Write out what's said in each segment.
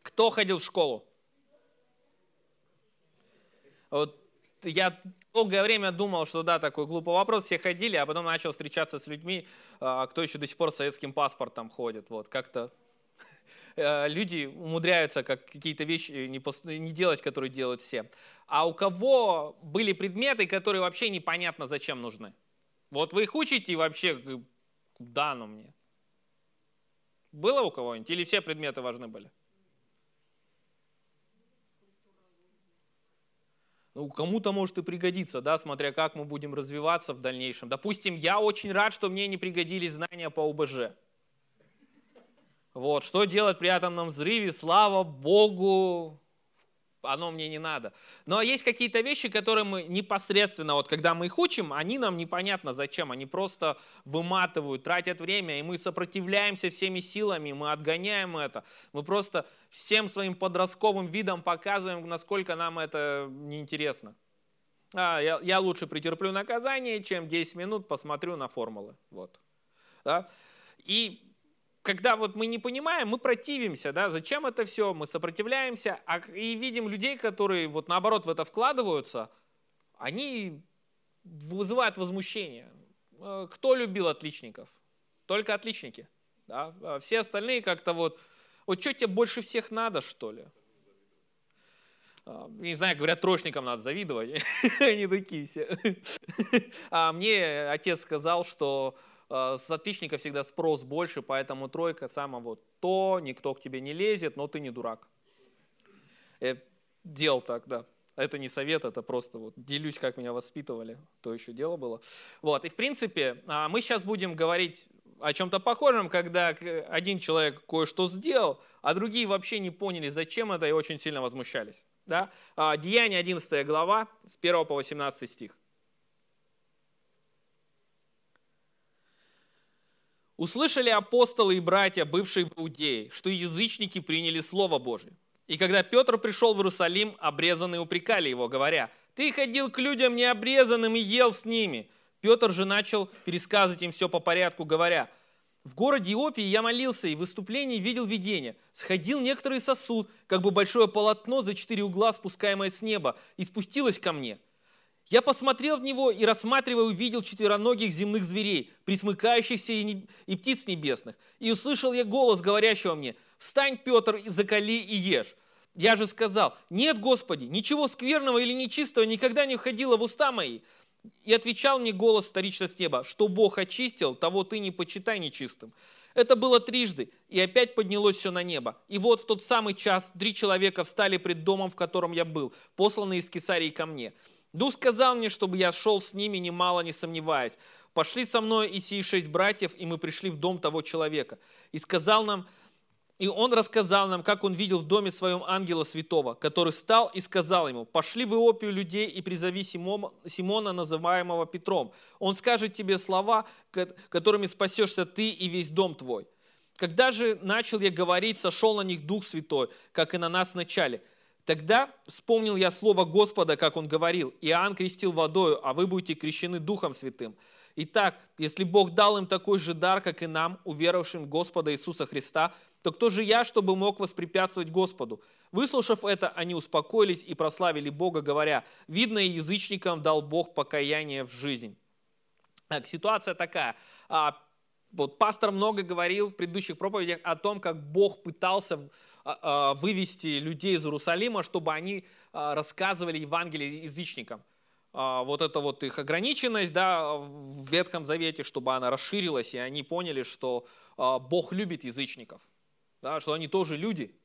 Кто ходил в школу? Вот я долгое время думал, что да, такой глупый вопрос, все ходили, а потом начал встречаться с людьми, кто еще до сих пор с советским паспортом ходит. Вот как-то люди умудряются какие-то вещи не делать, которые делают все. А у кого были предметы, которые вообще непонятно зачем нужны? Вот вы их учите и вообще, куда оно мне? Было у кого-нибудь? Или все предметы важны были? Ну, кому-то может и пригодиться, да, смотря как мы будем развиваться в дальнейшем. Допустим, я очень рад, что мне не пригодились знания по ОБЖ. Вот, что делать при атомном взрыве, слава Богу, оно мне не надо. Но есть какие-то вещи, которые мы непосредственно, вот когда мы их учим, они нам непонятно зачем, они просто выматывают, тратят время, и мы сопротивляемся всеми силами, мы отгоняем это. Мы просто всем своим подростковым видом показываем, насколько нам это неинтересно. Я лучше претерплю наказание, чем 10 минут посмотрю на формулы. Вот. Да? И когда вот мы не понимаем, мы противимся, да, зачем это все, мы сопротивляемся, и видим людей, которые вот наоборот в это вкладываются, они вызывают возмущение. Кто любил отличников? Только отличники. Да? А все остальные как-то вот что тебе больше всех надо, что ли? Не знаю, говорят, троечникам надо завидовать, они такие все. А мне отец сказал, что с отличника всегда спрос больше, поэтому тройка самое вот то, никто к тебе не лезет, но ты не дурак. Делал так, да. Это не совет, это просто вот делюсь, как меня воспитывали, то еще дело было. Вот, и в принципе мы сейчас будем говорить о чем-то похожем, когда один человек кое-что сделал, а другие вообще не поняли, зачем это, и очень сильно возмущались. Да? Деяния 11 глава, с 1 по 18 стих. «Услышали апостолы и братья, бывшие в Иудее, что язычники приняли Слово Божие. И когда Петр пришел в Иерусалим, обрезанные упрекали его, говоря: „Ты ходил к людям необрезанным и ел с ними“. Петр же начал пересказывать им все по порядку, говоря: „В городе Иопии я молился и в выступлении видел видение. Сходил некоторый сосуд, как бы большое полотно за 4 угла, спускаемое с неба, и спустилось ко мне. Я посмотрел в него и, рассматривая, увидел четвероногих земных зверей, пресмыкающихся и птиц небесных. И услышал я голос, говорящего мне: „Встань, Петр, и закали и ешь“. Я же сказал: „Нет, Господи, ничего скверного или нечистого никогда не входило в уста мои“. И отвечал мне голос вторично с неба: „Что Бог очистил, того ты не почитай нечистым“. Это было трижды, и опять поднялось все на небо. И вот в тот самый час 3 человека встали пред домом, в котором я был, посланные из Кесарии ко мне. Дух сказал мне, чтобы я шел с ними, немало не сомневаясь. Пошли со мной и сии 6 братьев, и мы пришли в дом того человека. И он рассказал нам, как он видел в доме своем ангела святого, который стал и сказал ему: „Пошли в Иопию людей и призови Симона, называемого Петром. Он скажет тебе слова, которыми спасешься ты и весь дом твой“. Когда же начал я говорить, сошел на них Дух Святой, как и на нас вначале. Тогда вспомнил я слово Господа, как он говорил: „Иоанн крестил водою, а вы будете крещены Духом Святым“. Итак, если Бог дал им такой же дар, как и нам, уверовавшим в Господа Иисуса Христа, то кто же я, чтобы мог воспрепятствовать Господу?“ Выслушав это, они успокоились и прославили Бога, говоря: „Видно, и язычникам дал Бог покаяние в жизнь“. Так, ситуация такая. Вот пастор много говорил в предыдущих проповедях о том, как Бог пытался вывести людей из Иерусалима, чтобы они рассказывали Евангелие язычникам. Вот это вот их ограниченность, да, в Ветхом Завете, чтобы она расширилась, и они поняли, что Бог любит язычников, да, что они тоже люди,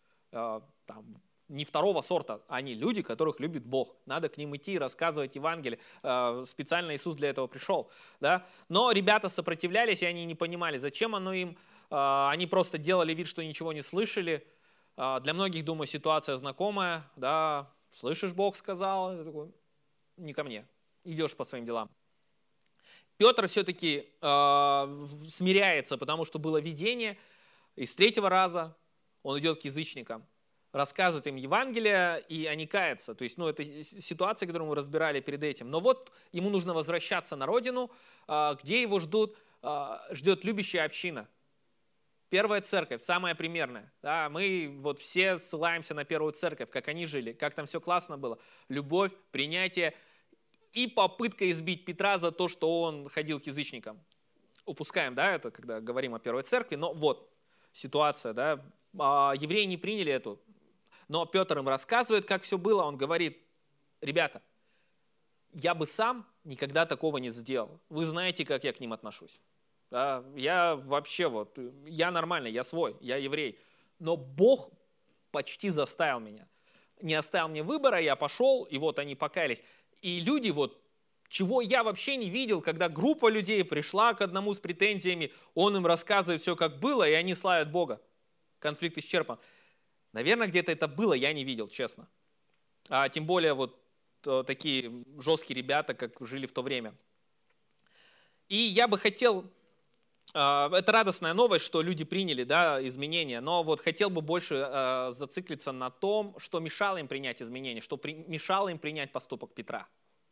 не второго сорта, они люди, которых любит Бог. Надо к ним идти и рассказывать Евангелие. Специально Иисус для этого пришел. Да? Но ребята сопротивлялись, и они не понимали, зачем оно им. Они просто делали вид, что ничего не слышали. Для многих, думаю, ситуация знакомая. Да? Слышишь, Бог сказал? Я такой: не ко мне. Идешь по своим делам. Петр все-таки смиряется, потому что было видение. И с 3-го раза он идет к язычникам, рассказывает им Евангелие, и они каются. То есть, это ситуация, которую мы разбирали перед этим. Но вот ему нужно возвращаться на родину, где его ждет любящая община. Первая церковь, самая примерная. Да, мы вот все ссылаемся на первую церковь, как они жили, как там все классно было. Любовь, принятие и попытка избить Петра за то, что он ходил к язычникам. Упускаем, да, это когда говорим о первой церкви, но вот ситуация, да. Евреи не приняли эту, но Петр им рассказывает, как все было. Он говорит: ребята, я бы сам никогда такого не сделал. Вы знаете, как я к ним отношусь. Да, я вообще вот, я нормальный, я свой, я еврей. Но Бог почти заставил меня. Не оставил мне выбора, я пошел, и вот они покаялись. И люди вот, чего я вообще не видел, когда группа людей пришла к одному с претензиями, он им рассказывает все, как было, и они славят Бога. Конфликт исчерпан. Наверное, где-то это было, я не видел, честно. А тем более вот такие жесткие ребята, как жили в то время. И я бы хотел... Это радостная новость, что люди приняли, да, изменения, но вот хотел бы больше зациклиться на том, что мешало им принять изменения, что мешало им принять поступок Петра.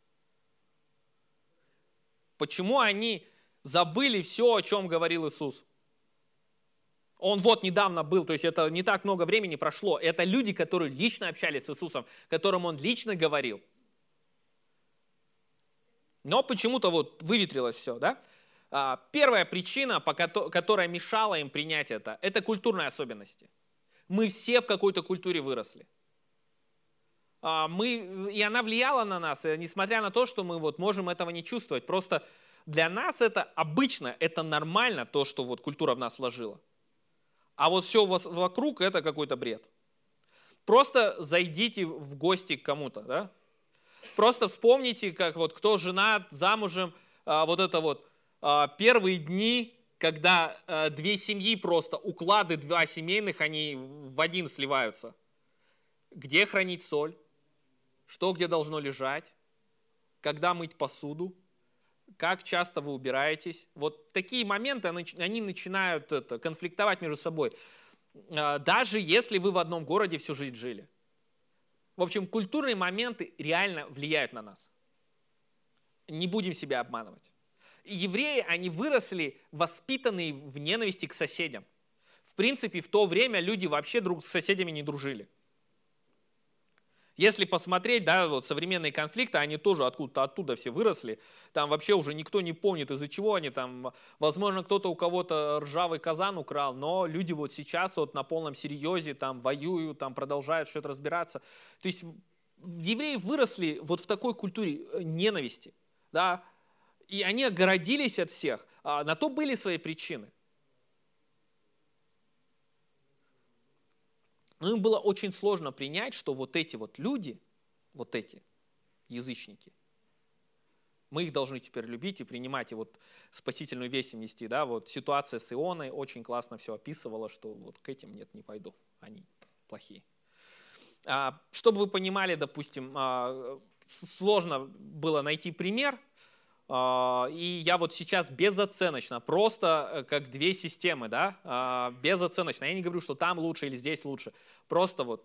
Почему они забыли все, о чем говорил Иисус? Он вот недавно был, то есть это не так много времени прошло. Это люди, которые лично общались с Иисусом, которым он лично говорил. Но почему-то вот выветрилось все, да? Первая причина, которая мешала им принять это культурные особенности. Мы все в какой-то культуре выросли. И она влияла на нас, несмотря на то, что мы вот можем этого не чувствовать. Просто для нас это обычно, это нормально, то, что вот культура в нас вложила. А вот все вокруг это какой-то бред. Просто зайдите в гости к кому-то, да? Просто вспомните, как вот кто женат, замужем, вот это вот. Первые дни, когда две семьи просто, уклады два семейных, они в один сливаются. Где хранить соль? Что где должно лежать? Когда мыть посуду? Как часто вы убираетесь? Вот такие моменты, они начинают конфликтовать между собой. Даже если вы в одном городе всю жизнь жили. В общем, культурные моменты реально влияют на нас. Не будем себя обманывать. Евреи, они выросли, воспитанные в ненависти к соседям. В принципе, в то время люди вообще друг с соседями не дружили. Если посмотреть, да, вот современные конфликты, они тоже откуда-то оттуда все выросли. Там вообще уже никто не помнит, из-за чего они там. Возможно, кто-то у кого-то ржавый казан украл, но люди вот сейчас вот на полном серьезе там воюют, там продолжают что-то разбираться. То есть евреи выросли вот в такой культуре ненависти, да. И они огородились от всех. На то были свои причины. Но им было очень сложно принять, что вот эти вот люди, вот эти язычники, мы их должны теперь любить и принимать, и вот спасительную весть им нести. Да? Вот ситуация с Ионой очень классно все описывала, что вот к этим нет, не пойду, они плохие. Чтобы вы понимали, допустим, сложно было найти пример, и я вот сейчас безоценочно, просто как две системы, да, безоценочно. Я не говорю, что там лучше или здесь лучше. Просто вот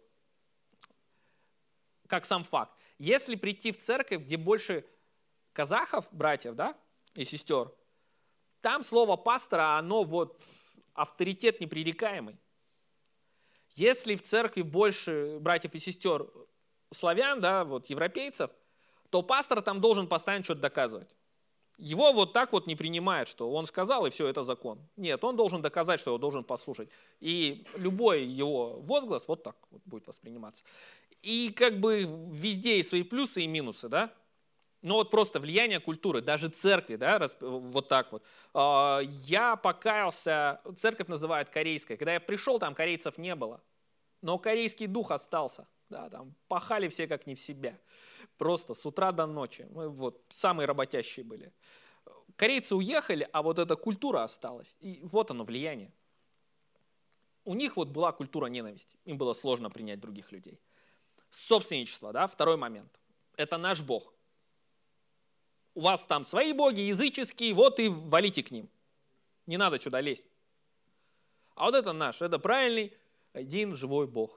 как сам факт. Если прийти в церковь, где больше казахов, братьев, да, и сестер, там слово пастора, оно вот авторитет непререкаемый. Если в церкви больше братьев и сестер славян, да, вот европейцев, то пастор там должен постоянно что-то доказывать. Его вот так вот не принимают, что он сказал, и все, это закон. Нет, он должен доказать, что его должен послушать. И любой его возглас вот так вот будет восприниматься. И как бы везде есть свои плюсы и минусы, да? Но вот просто влияние культуры, даже церкви, да, вот так вот. Я покаялся, церковь называют корейской. Когда я пришел, там корейцев не было. Но корейский дух остался. Да, там пахали все как не в себя. Просто с утра до ночи. Мы вот самые работящие были. Корейцы уехали, а вот эта культура осталась. И вот оно влияние. У них вот была культура ненависти. Им было сложно принять других людей. Собственничество, да, второй момент. Это наш Бог. У вас там свои боги, языческие, вот и валите к ним. Не надо сюда лезть. А вот это наш, это правильный, один живой Бог.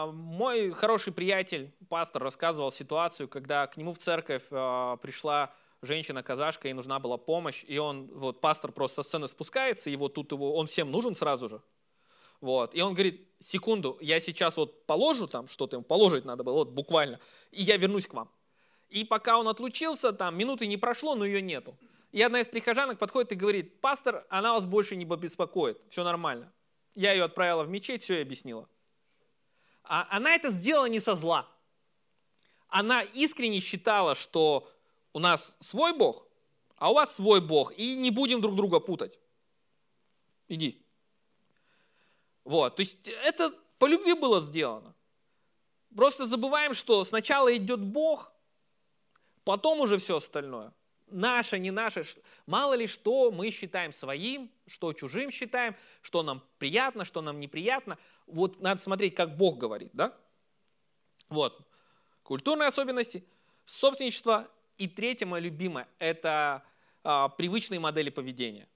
Мой хороший приятель, пастор, рассказывал ситуацию, когда к нему в церковь пришла женщина-казашка, ей нужна была помощь, и вот пастор просто со сцены спускается, и вот тут он всем нужен сразу же. Вот. И он говорит, секунду, я сейчас вот положу там, что-то ему положить надо было, вот буквально, и я вернусь к вам. И пока он отлучился, там минуты не прошло, но ее нету. И одна из прихожанок подходит и говорит, пастор, она вас больше не беспокоит, все нормально. Я ее отправила в мечеть, все и объяснила. А она это сделала не со зла. Она искренне считала, что у нас свой Бог, а у вас свой Бог, и не будем друг друга путать. Иди. Вот, то есть это по любви было сделано. Просто забываем, что сначала идет Бог, потом уже все остальное. Наше, не наше. Мало ли что мы считаем своим, что чужим считаем, что нам приятно, что нам неприятно. Вот надо смотреть, как Бог говорит, да? Вот. Культурные особенности, собственничество. И третье, мое любимое, это привычные модели поведения.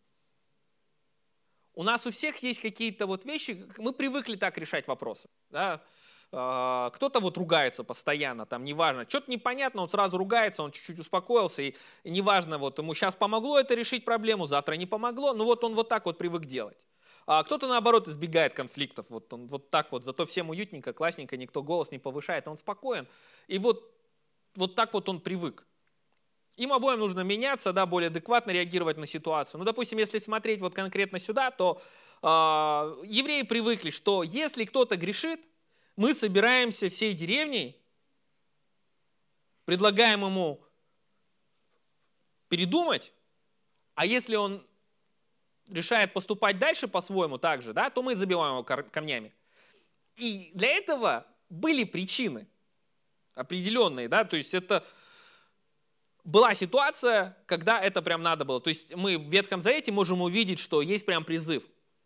У нас у всех есть какие-то вот вещи, мы привыкли так решать вопросы. Да? Кто-то вот ругается постоянно, там неважно, что-то непонятно, он сразу ругается, он чуть-чуть успокоился, и неважно, вот ему сейчас помогло это решить проблему, завтра не помогло, но вот он вот так вот привык делать. А кто-то наоборот избегает конфликтов, вот он вот так вот, зато всем уютненько, классненько, никто голос не повышает, он спокоен, и вот так вот он привык. Им обоим нужно меняться, да, более адекватно реагировать на ситуацию. Ну, допустим, если смотреть вот конкретно сюда, то евреи привыкли, что если кто-то грешит, мы собираемся всей деревней, предлагаем ему передумать, а если он решает поступать дальше по-своему так же, да, то мы забиваем его камнями. И для этого были причины определенные, да, то есть это была ситуация, когда это прям надо было. То есть мы в Ветхом Завете можем увидеть, что есть прям призыв.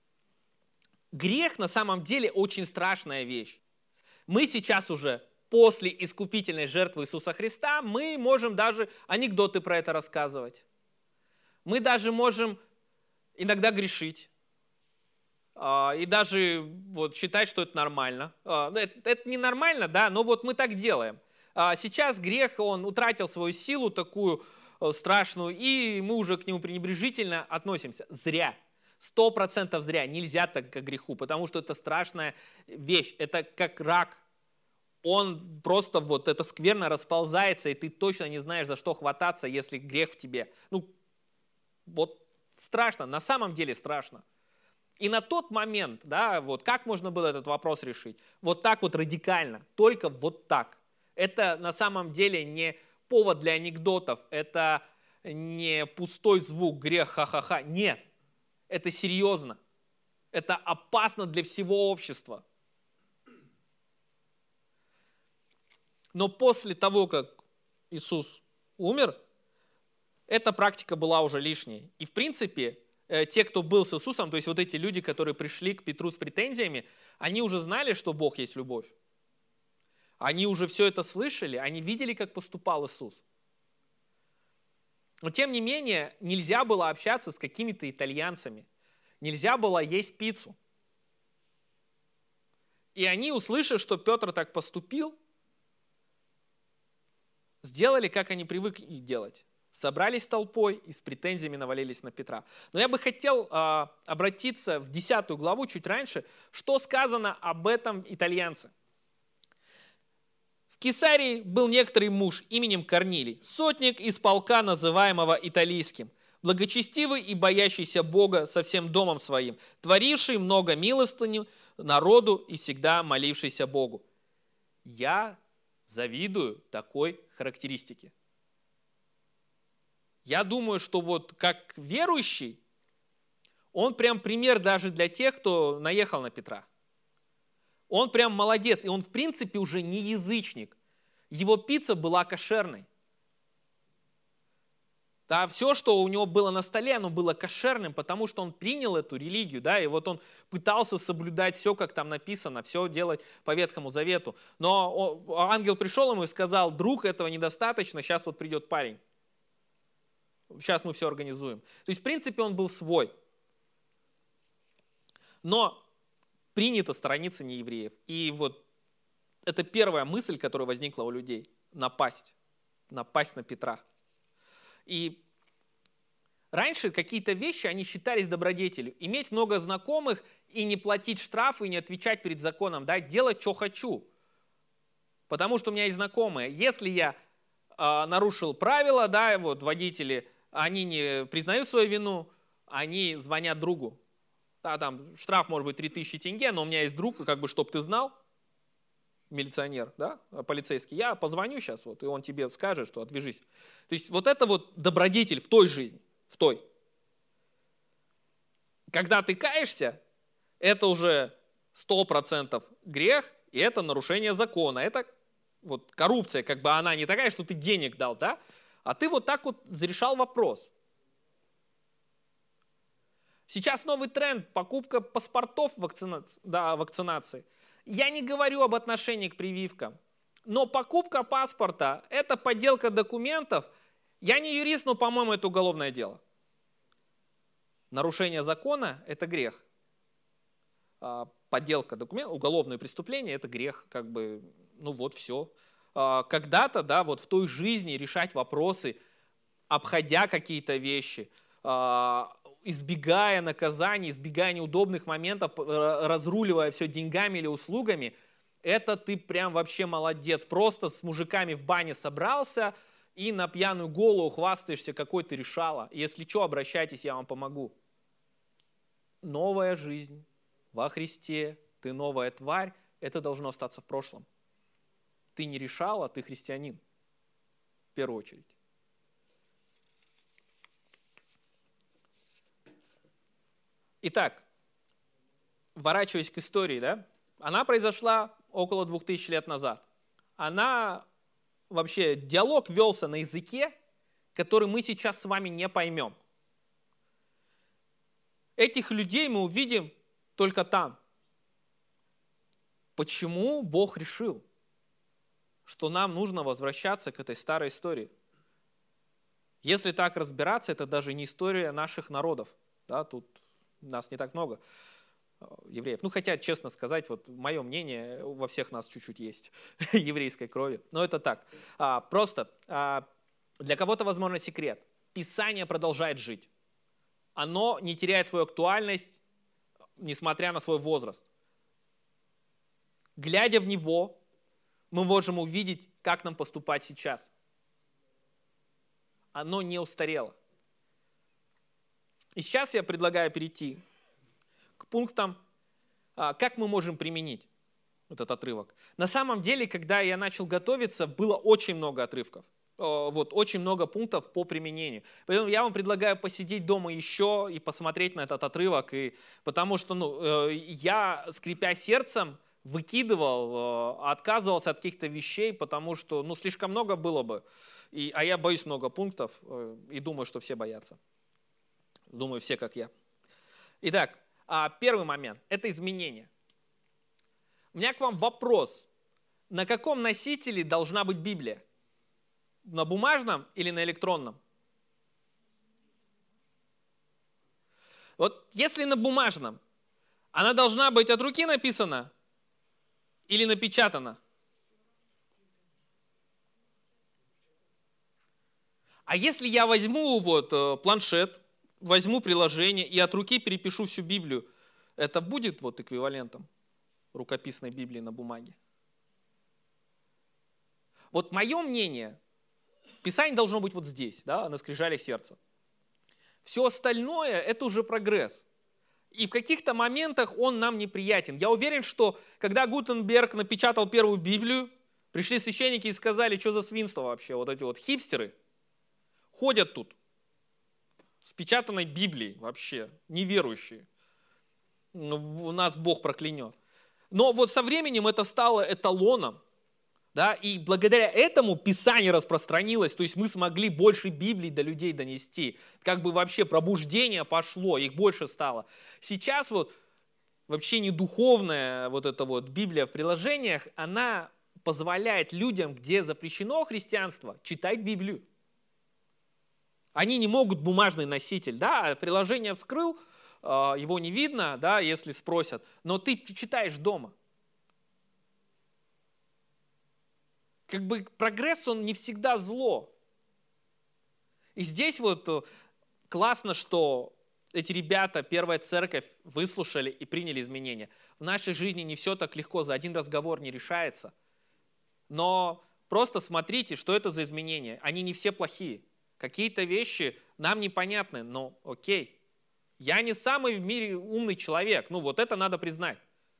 Грех на самом деле очень страшная вещь. Мы сейчас уже после искупительной жертвы Иисуса Христа, мы можем даже анекдоты про это рассказывать. Мы даже можем иногда грешить. И даже вот считать, что это нормально. Это не нормально, да, но вот мы так делаем. Сейчас грех, он утратил свою силу такую страшную, и мы уже к нему пренебрежительно относимся. Зря. 100% зря. Нельзя так к греху, потому что это страшная вещь. Это как рак. Он просто вот это скверно расползается, и ты точно не знаешь, за что хвататься, если грех в тебе. Ну, вот страшно, на самом деле страшно. И на тот момент, да, вот как можно было этот вопрос решить? Вот так вот радикально, только вот так. Это на самом деле не повод для анекдотов, это не пустой звук, грех, ха-ха-ха. Нет, это серьезно. Это опасно для всего общества. Но после того, как Иисус умер, эта практика была уже лишней. И в принципе, те, кто был с Иисусом, то есть вот эти люди, которые пришли к Петру с претензиями, они уже знали, что Бог есть любовь. Они уже все это слышали, они видели, как поступал Иисус. Но тем не менее, нельзя было общаться с какими-то итальянцами. Нельзя было есть пиццу. И они, услышав, что Петр так поступил, сделали, как они привыкли делать. Собрались толпой и с претензиями навалились на Петра. Но я бы хотел обратиться в 10 главу, чуть раньше, что сказано об этом итальянце. В Кесарии был некоторый муж именем Корнилий, сотник из полка, называемого Италийским, благочестивый и боящийся Бога со всем домом своим, творивший много милостыню народу и всегда молившийся Богу. Я завидую такой характеристике. Я думаю, что вот как верующий, он прям пример даже для тех, кто наехал на Петра. Он прям молодец, и он в принципе уже не язычник. Его пицца была кошерной. Да, все, что у него было на столе, оно было кошерным, потому что он принял эту религию, да, и вот он пытался соблюдать все, как там написано, все делать по Ветхому Завету. Но ангел пришел ему и сказал: друг, этого недостаточно, сейчас вот придет парень. Сейчас мы все организуем. То есть, в принципе, он был свой. Но принято сторониться неевреев. И вот это первая мысль, которая возникла у людей. Напасть на Петра. И раньше какие-то вещи, они считались добродетелью. Иметь много знакомых и не платить штрафы, и не отвечать перед законом, да, делать, что хочу. Потому что у меня есть знакомые. Если я нарушил правила, да, вот водители, они не признают свою вину, они звонят другу. Да, там штраф может быть 3000 тенге, но у меня есть друг, как бы, чтоб ты знал, милиционер, да, полицейский, я позвоню сейчас, вот, и он тебе скажет, что отвяжись. То есть вот это вот добродетель в той жизни, в той. Когда ты каешься, это уже 100% грех, и это нарушение закона, это вот коррупция, как бы она не такая, что ты денег дал, да, а ты вот так вот решал вопрос. Сейчас новый тренд, покупка паспортов вакцинации. Я не говорю об отношении к прививкам, но покупка паспорта – это подделка документов. Я не юрист, но, по-моему, это уголовное дело. Нарушение закона – это грех. Подделка документов, уголовное преступление – это грех, как бы, ну вот все. Когда-то, да, вот в той жизни решать вопросы, обходя какие-то вещи, избегая наказаний, избегая неудобных моментов, разруливая все деньгами или услугами, это ты прям вообще молодец. Просто с мужиками в бане собрался и на пьяную голову хвастаешься, какой ты решала. Если что, обращайтесь, я вам помогу. Новая жизнь во Христе, ты новая тварь, это должно остаться в прошлом. Ты не решала, ты христианин. В первую очередь. Итак, ворачиваясь к истории, да, она произошла около 2000 лет назад. Вообще, диалог велся на языке, который мы сейчас с вами не поймем. Этих людей мы увидим только там. Почему Бог решил, что нам нужно возвращаться к этой старой истории? Если так разбираться, это даже не история наших народов. Да, тут нас не так много, евреев. Ну, хотя, честно сказать, вот мое мнение, во всех нас чуть-чуть есть еврейской крови. Но это так. Просто для кого-то, возможно, секрет. Писание продолжает жить. Оно не теряет свою актуальность, несмотря на свой возраст. Глядя в него, мы можем увидеть, как нам поступать сейчас. Оно не устарело. И сейчас я предлагаю перейти к пунктам, как мы можем применить этот отрывок. На самом деле, когда я начал готовиться, было очень много отрывков, вот, очень много пунктов по применению. Поэтому я вам предлагаю посидеть дома еще и посмотреть на этот отрывок, потому что я, скрипя сердцем, выкидывал, отказывался от каких-то вещей, потому что слишком много было бы. А я боюсь много пунктов и думаю, что все боятся. Думаю, все как я. Итак, первый момент – это изменение. У меня к вам вопрос. На каком носителе должна быть Библия? На бумажном или на электронном? Вот если на бумажном, она должна быть от руки написана или напечатана? А если я возьму планшет, возьму приложение и от руки перепишу всю Библию, это будет эквивалентом рукописной Библии на бумаге? Вот мое мнение, Писание должно быть вот здесь, да, на скрижалях сердца. Все остальное – это уже прогресс. И в каких-то моментах он нам неприятен. Я уверен, что когда Гутенберг напечатал первую Библию, пришли священники и сказали, что за свинство вообще, вот эти вот хипстеры ходят тут с печатанной Библией вообще, неверующие. Нас Бог проклянет. Но вот со временем это стало эталоном, да, и благодаря этому Писание распространилось, то есть мы смогли больше Библий до людей донести. Как бы вообще пробуждение пошло, их больше стало. Сейчас вообще не духовная Библия в приложениях, она позволяет людям, где запрещено христианство, читать Библию. Они не могут бумажный носитель, да, приложение вскрыл, его не видно, да, если спросят, но ты читаешь дома. Как бы прогресс, он не всегда зло. И здесь вот классно, что эти ребята, первая церковь, выслушали и приняли изменения. В нашей жизни не все так легко, за один разговор не решается. Но просто смотрите, что это за изменения. Они не все плохие. Какие-то вещи нам непонятны, но окей. Я не самый в мире умный человек, ну вот это надо признать.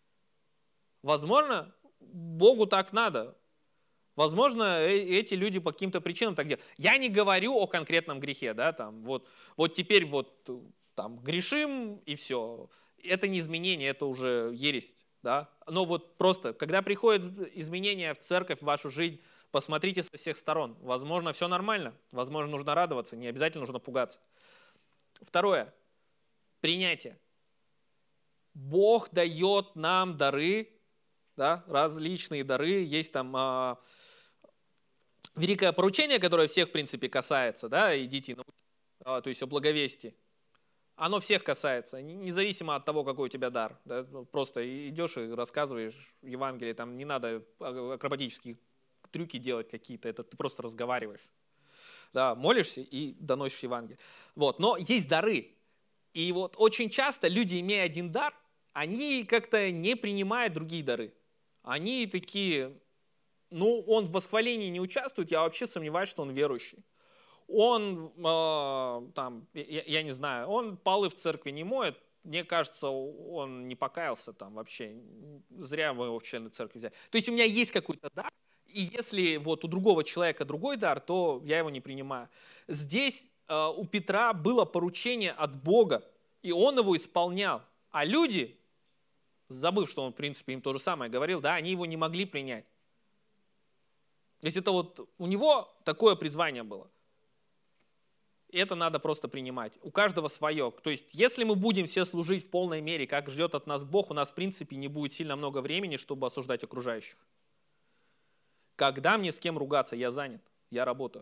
Возможно, Богу так надо. Возможно, эти люди по каким-то причинам так делают. Я не говорю о конкретном грехе, да, там, вот теперь вот там грешим и все. Это не изменение, это уже ересь, да. Но вот просто, когда приходят изменения в церковь, в вашу жизнь, посмотрите со всех сторон. Возможно, все нормально, возможно, нужно радоваться, не обязательно нужно пугаться. Второе. Принятие. Бог дает нам дары, да, различные дары. Есть там великое поручение, которое всех, в принципе, касается, да, идите и научите, то есть о благовестии. Оно всех касается, независимо от того, какой у тебя дар. Да, просто идешь и рассказываешь Евангелие, там не надо акробатические трюки делать какие-то, это ты просто разговариваешь. Да, молишься и доносишь Евангелие. Вот, но есть дары. И вот очень часто люди, имея один дар, они как-то не принимают другие дары. Они такие, ну, он в восхвалении не участвует, я вообще сомневаюсь, что он верующий. Он, там, я не знаю, он полы в церкви не моет, мне кажется, он не покаялся там вообще, зря мы его в члены церкви взяли. То есть у меня есть какой-то дар, и если вот у другого человека другой дар, то я его не принимаю. Здесь у Петра было поручение от Бога, и он его исполнял. А люди, забыв, что он, в принципе, им то же самое говорил, да, они его не могли принять. То есть это вот у него такое призвание было. И это надо просто принимать. У каждого свое. То есть если мы будем все служить в полной мере, как ждет от нас Бог, у нас, в принципе, не будет сильно много времени, чтобы осуждать окружающих. Когда мне с кем ругаться? Я занят, я работаю.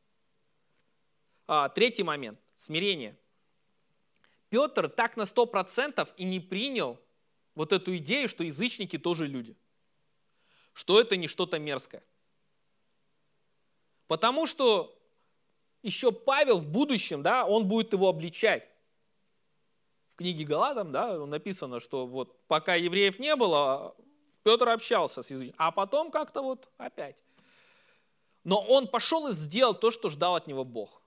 Третий момент. Смирение. Петр так на 100% и не принял вот эту идею, что язычники тоже люди. Что это не что-то мерзкое. Потому что еще Павел в будущем, да, он будет его обличать. В книге Галатам, да, написано, что вот пока евреев не было, Петр общался с язычниками, а потом как-то вот опять. Но он пошел и сделал то, что ждал от него Бог.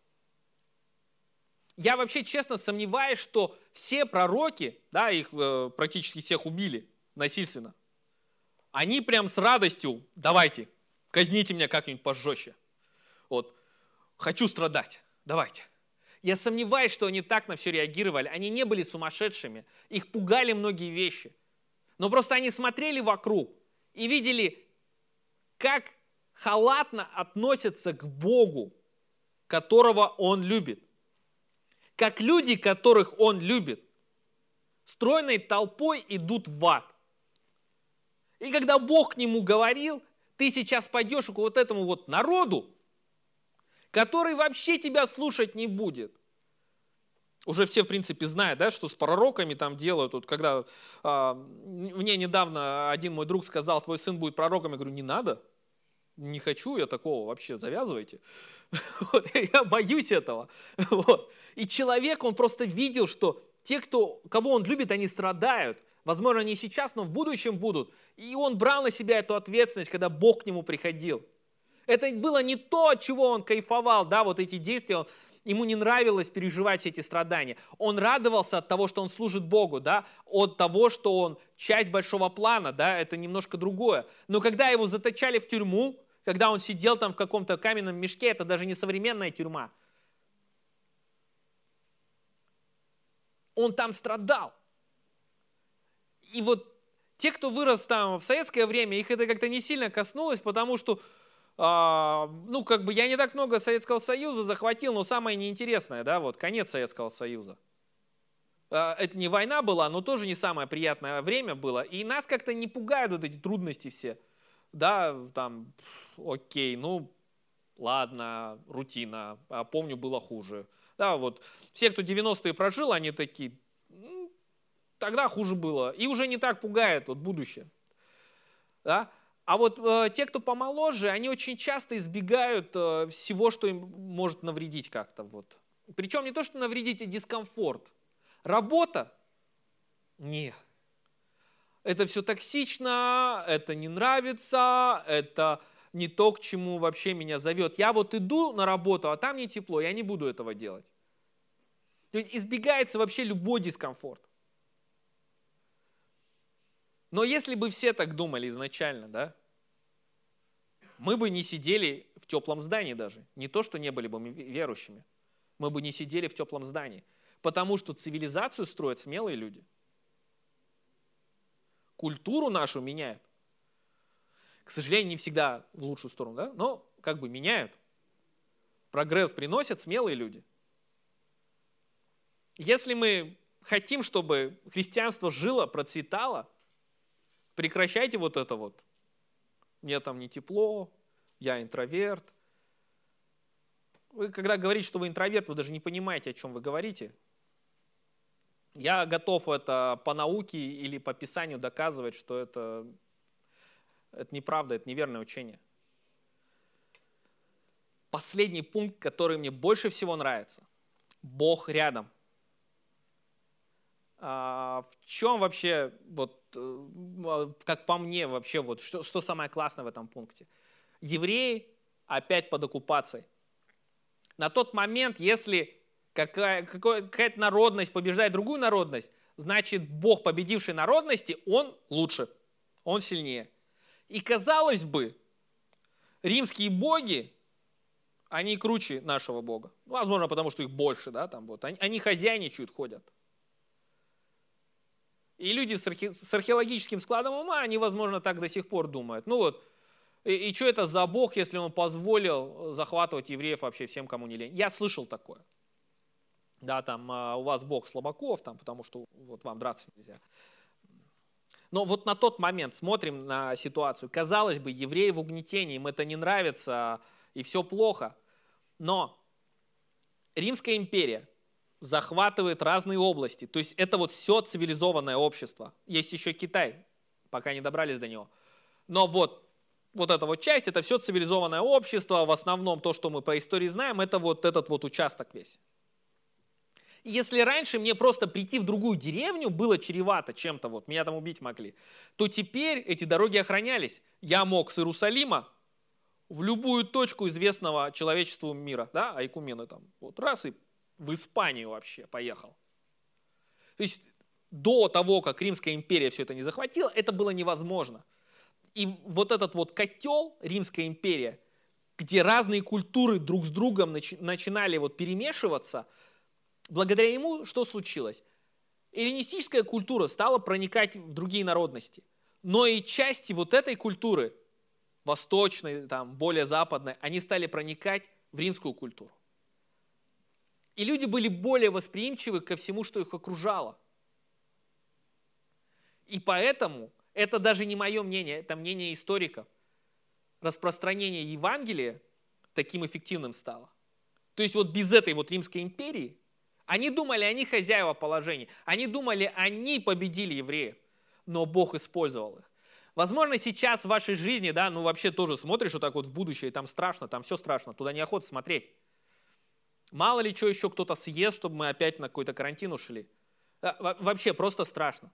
Я вообще честно сомневаюсь, что все пророки, да, их практически всех убили насильственно, они прям с радостью, давайте, казните меня как-нибудь пожестче. Вот, хочу страдать, давайте. Я сомневаюсь, что они так на все реагировали. Они не были сумасшедшими, их пугали многие вещи. Но просто они смотрели вокруг и видели, как халатно относятся к Богу, которого Он любит. Как люди, которых Он любит, стройной толпой идут в ад. И когда Бог к нему говорил, ты сейчас пойдешь к вот этому вот народу, который вообще тебя слушать не будет. Уже все, в принципе, знают, да, что с пророками там делают. Вот когда мне недавно один мой друг сказал, твой сын будет пророком, я говорю, не надо, не хочу я такого вообще, завязывайте. Вот, я боюсь этого. Вот. И человек, он просто видел, что те, кого он любит, они страдают. Возможно, не сейчас, но в будущем будут. И он брал на себя эту ответственность, когда Бог к нему приходил. Это было не то, от чего он кайфовал, да, вот эти действия, ему не нравилось переживать все эти страдания. Он радовался от того, что он служит Богу, да, от того, что он часть большого плана, да, это немножко другое. Но когда его заточали в тюрьму, когда он сидел там в каком-то каменном мешке, это даже не современная тюрьма. Он там страдал. И вот те, кто вырос там в советское время, их это как-то не сильно коснулось, потому что ну, как бы я не так много Советского Союза захватил, но самое неинтересное, да, вот конец Советского Союза. Это не война была, но тоже не самое приятное время было. И нас как-то не пугают вот эти трудности все. Да, там, окей, ну, ладно, рутина, помню, было хуже. Да, вот все, кто 90-е прожил, они такие, тогда хуже было. И уже не так пугает вот будущее. Да? А вот те, кто помоложе, они очень часто избегают всего, что им может навредить как-то. Вот. Причем не то, что навредить, а дискомфорт. Работа? Нет. Это все токсично, это не нравится, это не то, к чему вообще меня зовет. Я вот иду на работу, а там не тепло, я не буду этого делать. То есть избегается вообще любой дискомфорт. Но если бы все так думали изначально, да, мы бы не сидели в теплом здании даже. Не то, что не были бы верующими. Мы бы не сидели в теплом здании. Потому что цивилизацию строят смелые люди. Культуру нашу меняют. К сожалению, не всегда в лучшую сторону, да? Но как бы меняют. Прогресс приносят смелые люди. Если мы хотим, чтобы христианство жило, процветало, прекращайте вот это вот. Мне там не тепло, я интроверт. Вы когда говорите, что вы интроверт, вы даже не понимаете, о чем вы говорите. Я готов это по науке или по Писанию доказывать, что это неправда, это неверное учение. Последний пункт, который мне больше всего нравится. Бог рядом. В чем вообще, вот, как по мне, вообще, вот, что самое классное в этом пункте? Евреи опять под оккупацией. На тот момент, если какая-то народность побеждает другую народность, значит, Бог победившей народности, он лучше, он сильнее. И казалось бы, римские боги, они круче нашего Бога. Возможно, потому что их больше, да, там вот. Они хозяйничают, ходят. И люди с археологическим складом ума, они, возможно, так до сих пор думают. Ну вот, и что это за Бог, если он позволил захватывать евреев вообще всем, кому не лень? Я слышал такое. Да, там у вас Бог слабаков, там, потому что вот вам драться нельзя. Но вот на тот момент смотрим на ситуацию. Казалось бы, евреи в угнетении, им это не нравится, и все плохо. Но Римская империя захватывает разные области. То есть это вот все цивилизованное общество. Есть еще Китай, пока не добрались до него. Но вот эта вот часть, это все цивилизованное общество. В основном то, что мы по истории знаем, это вот этот вот участок весь. И если раньше мне просто прийти в другую деревню было чревато чем-то, вот меня там убить могли, то теперь эти дороги охранялись. Я мог с Иерусалима в любую точку известного человечеству мира, да, айкумены там, вот раз и в Испанию вообще поехал. То есть до того, как Римская империя все это не захватила, это было невозможно. И вот этот вот котел, Римская империя, где разные культуры друг с другом начинали вот перемешиваться, благодаря ему что случилось? Эллинистическая культура стала проникать в другие народности. Но и части вот этой культуры, восточной, там, более западной, они стали проникать в римскую культуру. И люди были более восприимчивы ко всему, что их окружало. И поэтому, это даже не мое мнение, это мнение историков, распространение Евангелия таким эффективным стало. То есть вот без этой вот Римской империи, они думали, они хозяева положения, они думали, они победили евреев, но Бог использовал их. Возможно, сейчас в вашей жизни, да, ну вообще тоже смотришь вот так вот в будущее, и там страшно, там все страшно, туда неохота смотреть. Мало ли что еще кто-то съест, чтобы мы опять на какой-то карантин ушли. Вообще просто страшно.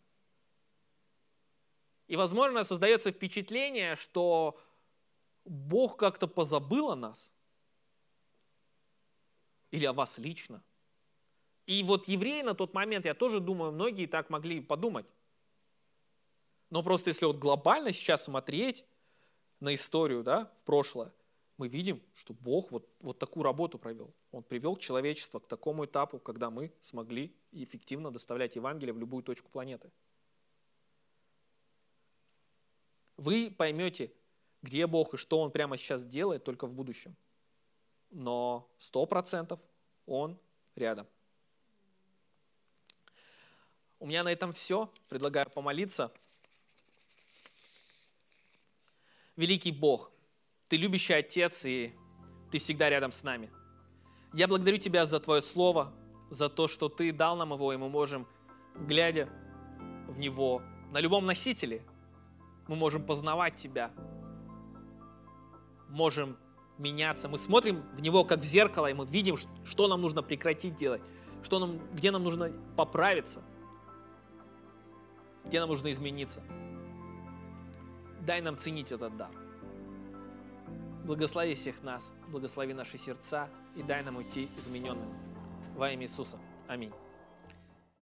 И, возможно, создается впечатление, что Бог как-то позабыл о нас. Или о вас лично. И вот евреи на тот момент, я тоже думаю, многие так могли подумать. Но просто если вот глобально сейчас смотреть на историю, да, в прошлое, мы видим, что Бог вот такую работу провел. Он привел человечество к такому этапу, когда мы смогли эффективно доставлять Евангелие в любую точку планеты. Вы поймете, где Бог и что Он прямо сейчас делает, только в будущем. Но 100% Он рядом. У меня на этом все. Предлагаю помолиться. Великий Бог, Ты любящий Отец, и Ты всегда рядом с нами. Я благодарю Тебя за Твое Слово, за то, что Ты дал нам его, и мы можем, глядя в него, на любом носителе, Мы можем познавать Тебя. Можем меняться. Мы смотрим в Него как в зеркало, и мы видим, что нам нужно прекратить делать, где нам нужно поправиться, где нам нужно измениться. Дай нам ценить этот дар. Благослови всех нас, благослови наши сердца и дай нам уйти измененными. Во имя Иисуса. Аминь.